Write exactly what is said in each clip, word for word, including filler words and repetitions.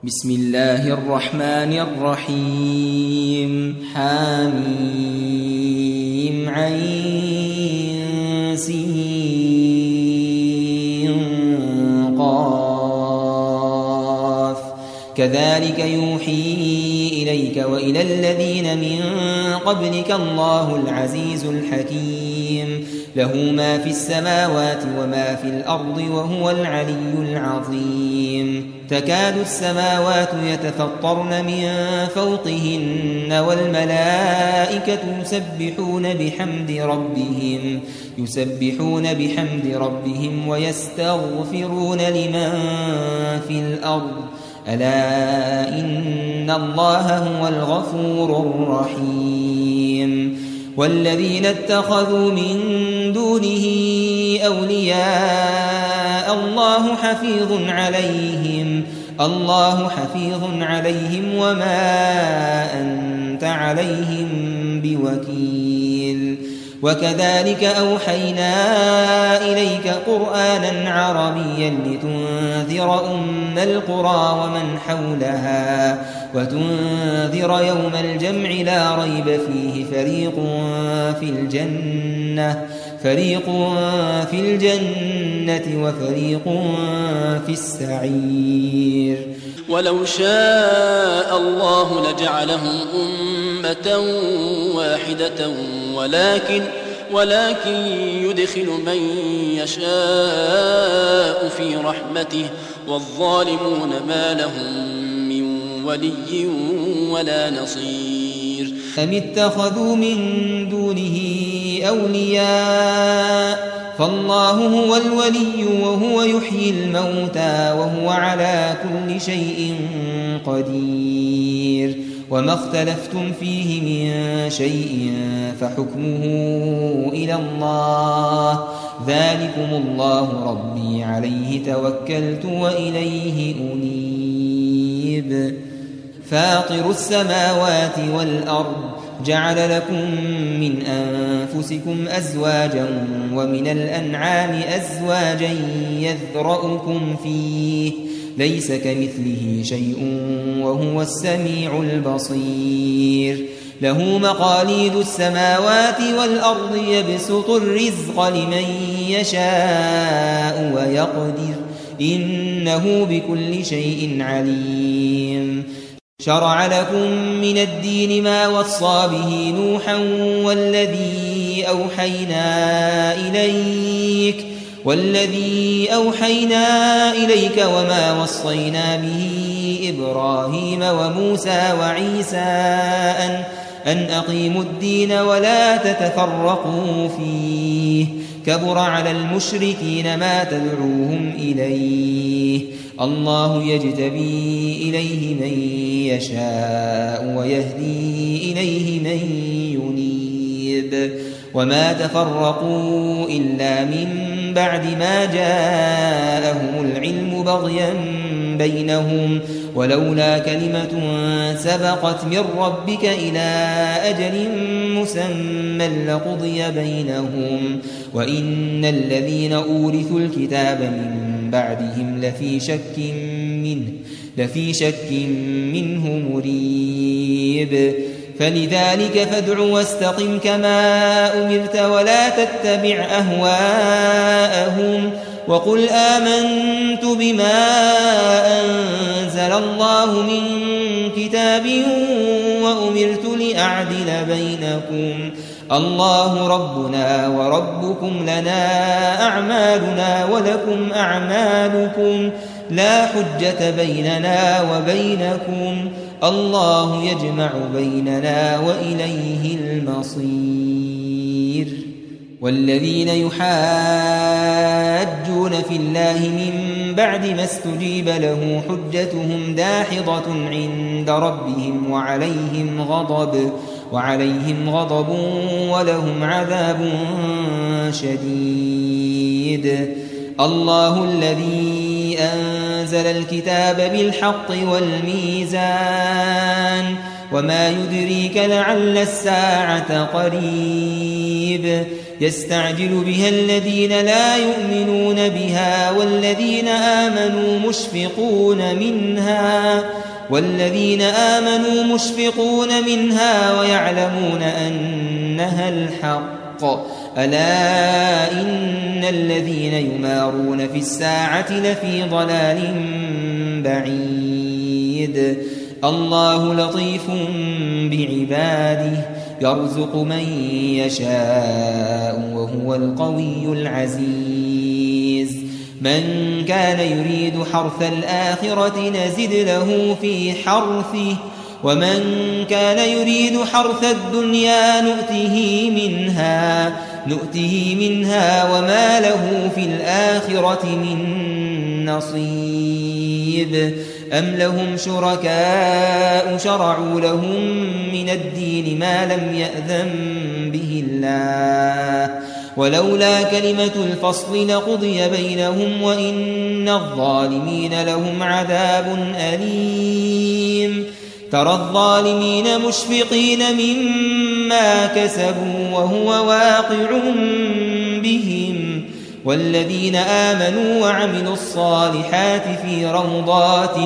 بسم الله الرحمن الرحيم حميم عين سين قاف كذلك يوحي إليك وإلى الذين من قبلك الله العزيز الحكيم له ما في السماوات وما في الأرض وهو العلي العظيم تكاد السماوات يتفطرن من فوقهن والملائكة يسبحون بحمد ربهم يسبحون بحمد ربهم ويستغفرون لمن في الأرض ألا إن الله هو الغفور الرحيم والذين اتخذوا من دونه أولياء الله حفيظ عليهم الله حفيظ عليهم وما أنت عليهم بوكيل وكذلك أوحينا إليك قرآنا عربيا لتنذر أم القرى ومن حولها وتنذر يوم الجمع لا ريب فيه فريق في الجنة فريق في الجنة وفريق في السعير ولو شاء الله لجعلهم أمة واحدة ولكن ولكن يدخل من يشاء في رحمته والظالمون ما لهم من ولي ولا نصير أم اتخذوا من دونه أولياء فالله هو الولي وهو يحيي الموتى وهو على كل شيء قدير وما اختلفتم فيه من شيء فحكمه إلى الله ذلكم الله ربي عليه توكلت وإليه أنيب فاطر السماوات والأرض جعل لكم من أنفسكم أزواجا ومن الأنعام أزواجا يذرأكم فيه ليس كمثله شيء وهو السميع البصير له مقاليد السماوات والأرض يبسط الرزق لمن يشاء ويقدر إنه بكل شيء عليم شرع لكم من الدين ما وصى به نوحا والذي أوحينا إليك والذي أوحينا إليك وما وصينا به إبراهيم وموسى وعيسى أن أن أقيموا الدين ولا تتفرقوا فيه كبر على المشركين ما تدعوهم إليه الله يجتبي إليه من يشاء ويهدي إليه من ينيب وما تفرقوا إلا من بعد ما جاءهم العلم بغيا بينهم ولولا كلمة سبقت من ربك إلى أجل مسمى لقضي بينهم وإن الذين أورثوا الكتاب من بعدهم لفي شك منه لفي شك منه مريب فلذلك فادع واستقم كما أمرت ولا تتبع أهواءهم وقل آمنت بما أنزل الله من كتاب وأمرت لأعدل بينكم الله ربنا وربكم لنا أعمالنا ولكم أعمالكم لا حجة بيننا وبينكم الله يجمع بيننا وإليه المصير والذين يحاجون في الله من بعد ما استجيب له حجتهم داحضة عند ربهم وعليهم غضب وعليهم غضب ولهم عذاب شديد الله الذي أنزل أنزل الكتاب بالحق والميزان وما يدريك لعل الساعة قريب يستعجل بها الذين لا يؤمنون بها والذين آمنوا مشفقون منها والذين آمنوا مشفقون منها ويعلمون أنها الحق ألا إن الذين يمارون في الساعة لفي ضلال بعيد الله لطيف بعباده يرزق من يشاء وهو القوي العزيز من كان يريد حرث الآخرة نزد له في حرثه ومن كان يريد حرث الدنيا نؤته منها نؤته منها وما له في الآخرة من نصيب أم لهم شركاء شرعوا لهم من الدين ما لم يأذن به الله ولولا كلمة الفصل لقضي بينهم وإن الظالمين لهم عذاب أليم ترى الظالمين مشفقين مما كسبوا وهو واقع بهم والذين آمنوا وعملوا الصالحات في روضات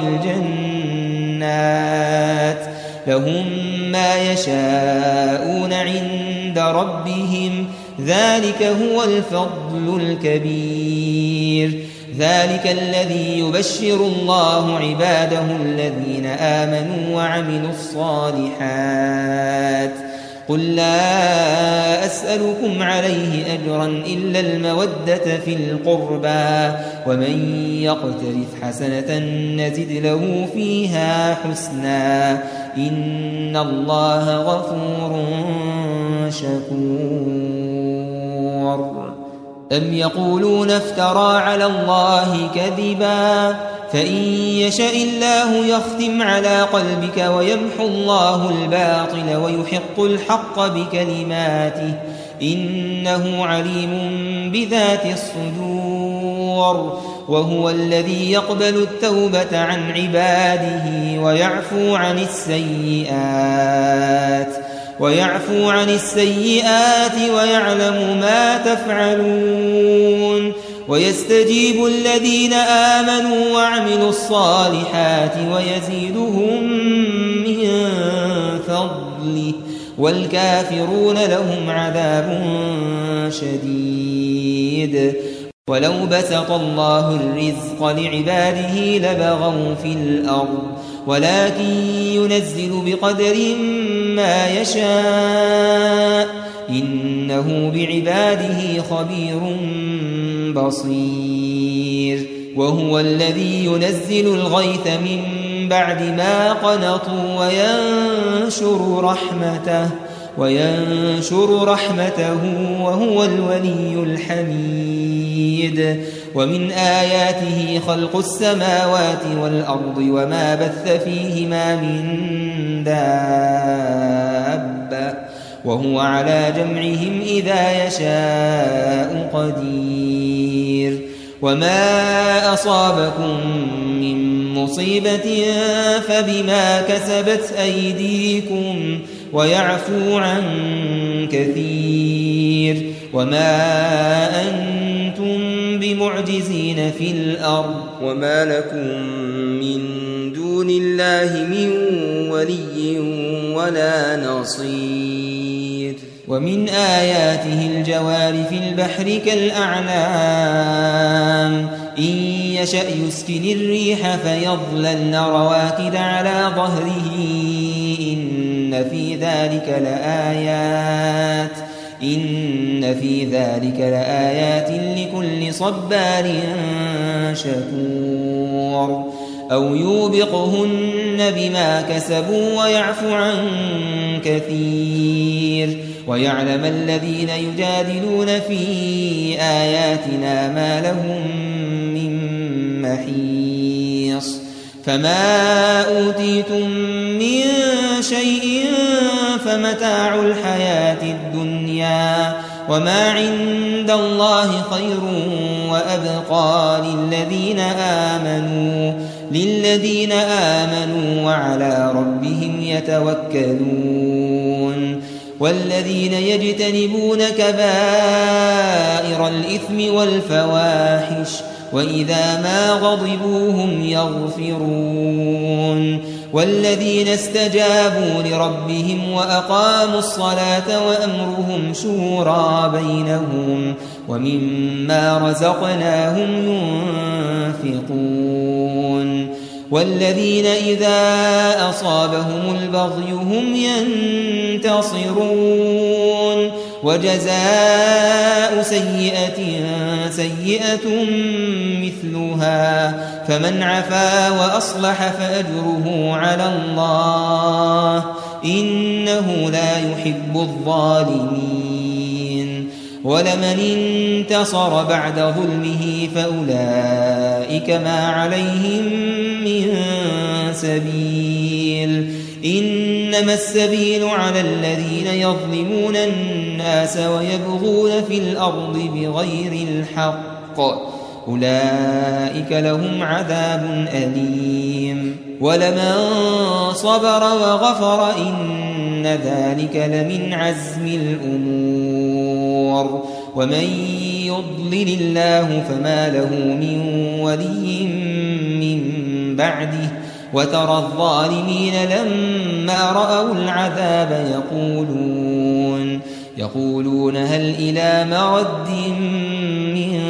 الجنات لهم ما يشاءون عند ربهم ذلك هو الفضل الكبير ذلك الذي يبشر الله عباده الذين آمنوا وعملوا الصالحات قل لا أسألكم عليه أجرا إلا المودة في القربى ومن يقترف حسنة نزد له فيها حسنا إن الله غفور شكور أم يقولون افترى على الله كذبا فإن يشاء الله يختم على قلبك ويمحو الله الباطل ويحق الحق بكلماته إنه عليم بذات الصدور وهو الذي يقبل التوبة عن عباده ويعفو عن السيئات ويعفو عن السيئات ويعلم ما تفعلون ويستجيب الذين آمنوا وعملوا الصالحات ويزيدهم من فضله والكافرون لهم عذاب شديد ولو بسط الله الرزق لعباده لبغوا في الأرض ولكن ينزل بقدر ما يشاء إنه بعباده خبير بصير وهو الذي ينزل الغيث من بعد ما قنطوا وينشر رحمته وينشر رحمته وهو الولي الحميد ومن آياته خلق السماوات والأرض وما بث فيهما من دابة وهو على جمعهم إذا يشاء قدير وما أصابكم من مصيبة فبما كسبت أيديكم ويعفو عن كثير وما أنتم بمعجزين في الأرض وما لكم من دون الله من ولي ولا نصير ومن آياته الجوار في البحر كالأعلام إن يشأ يسكن الريح فيظللن رواكد على ظهره إن في ذلك لآيات إن في ذلك لآيات لكل صبار شكور أو يوبقهن بما كسبوا ويعفو عن كثير ويعلم الذين يجادلون في آياتنا ما لهم من محيص فما أوتيتم من شيء فمتاع الحياة الدنيا وما عند الله خير وأبقى للذين آمنوا للذين آمنوا وعلى ربهم يتوكلون والذين يجتنبون كبائر الإثم والفواحش وإذا ما غضبوا هم يغفرون والذين استجابوا لربهم وأقاموا الصلاة وأمرهم شورى بينهم ومما رزقناهم ينفقون والذين إذا أصابهم البغي هم ينتصرون وجزاء سيئة سيئة مثلها فمن عفا وأصلح فأجره على الله إنه لا يحب الظالمين ولمن انتصر بعد ظلمه فأولئك ما عليهم من سبيل إنما السبيل على الذين يظلمون الناس ويبغون في الأرض بغير الحق أولئك لهم عذاب أليم ولمن صبر وغفر إن ذلك لمن عزم الأمور ومن يضلل الله فما له من ولي من بعده وترى الظالمين لما رأوا العذاب يقولون يقولون هل إلى مرد من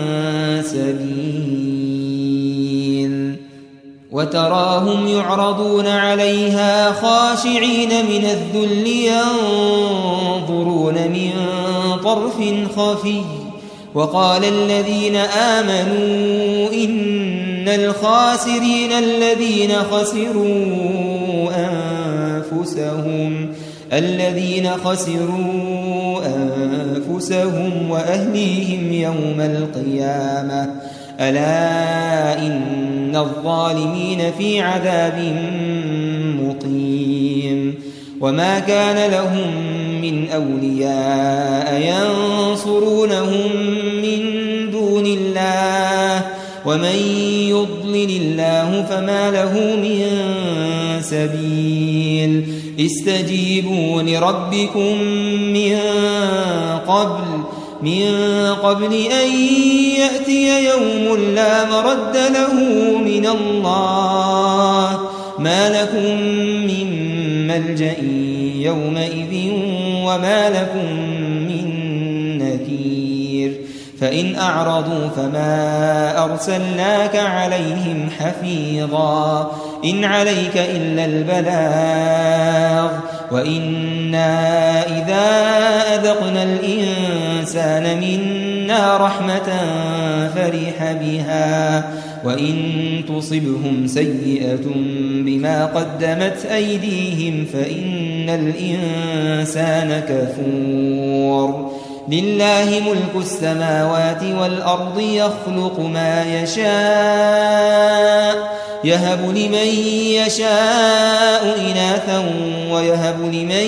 سبيل وتراهم يعرضون عليها خاشعين من الذل ينظرون من طرف خفي وقال الذين آمنوا إن الخاسرين الذين خسروا أنفسهم الذين خسروا أنفسهم وأهليهم يوم القيامة ألا إن الظالمين في عذاب مقيم وما كان لهم من أولياء ينصرونهم من دون الله ومن يضلل الله فما له من سبيل استجيبوا لربكم من قبل من قبل أن يأتي يوم لا مرد له من الله ما لكم من ملجأ يومئذ وما لكم من نكير فإن أعرضوا فما أرسلناك عليهم حفيظا إن عليك إلا البلاغ وإنا إذا أذقنا الإنسان منا رحمة فرح بها وإن تصبهم سيئة بما قدمت أيديهم فإن الإنسان كفور لله ملك السماوات والأرض يخلق ما يشاء يهب لمن يشاء إناثا ويهب لمن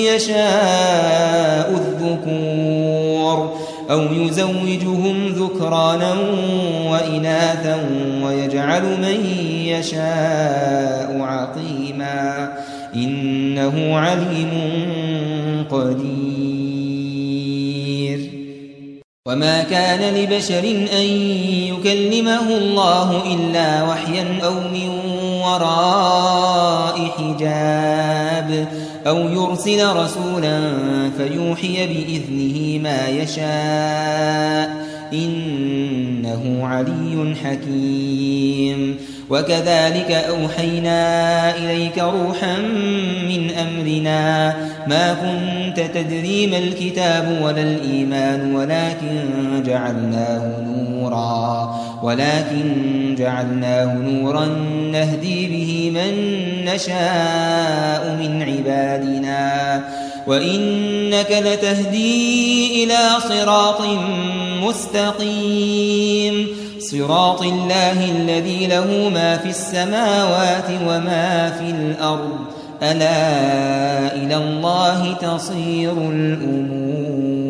يشاء الذكور أو يزوجهم ذكرانا وإناثا ويجعل من يشاء عقيما إنه عليم قدير وما كان لبشر أن يكلمه الله إلا وحيا أو من وراء حجاب أو يرسل رسولا فيوحي بإذنه ما يشاء إنه علي حكيم وكذلك أوحينا إليك روحا من أمرنا ما كنت تدري ما الكتاب ولا الإيمان ولكن جعلناه نورا ولكن جعلناه نورا نهدي به من نشاء من عبادنا وإنك لتهدي إلى صراط مستقيم صراط الله الذي له ما في السماوات وما في الأرض ألا إلى الله تصير الأمور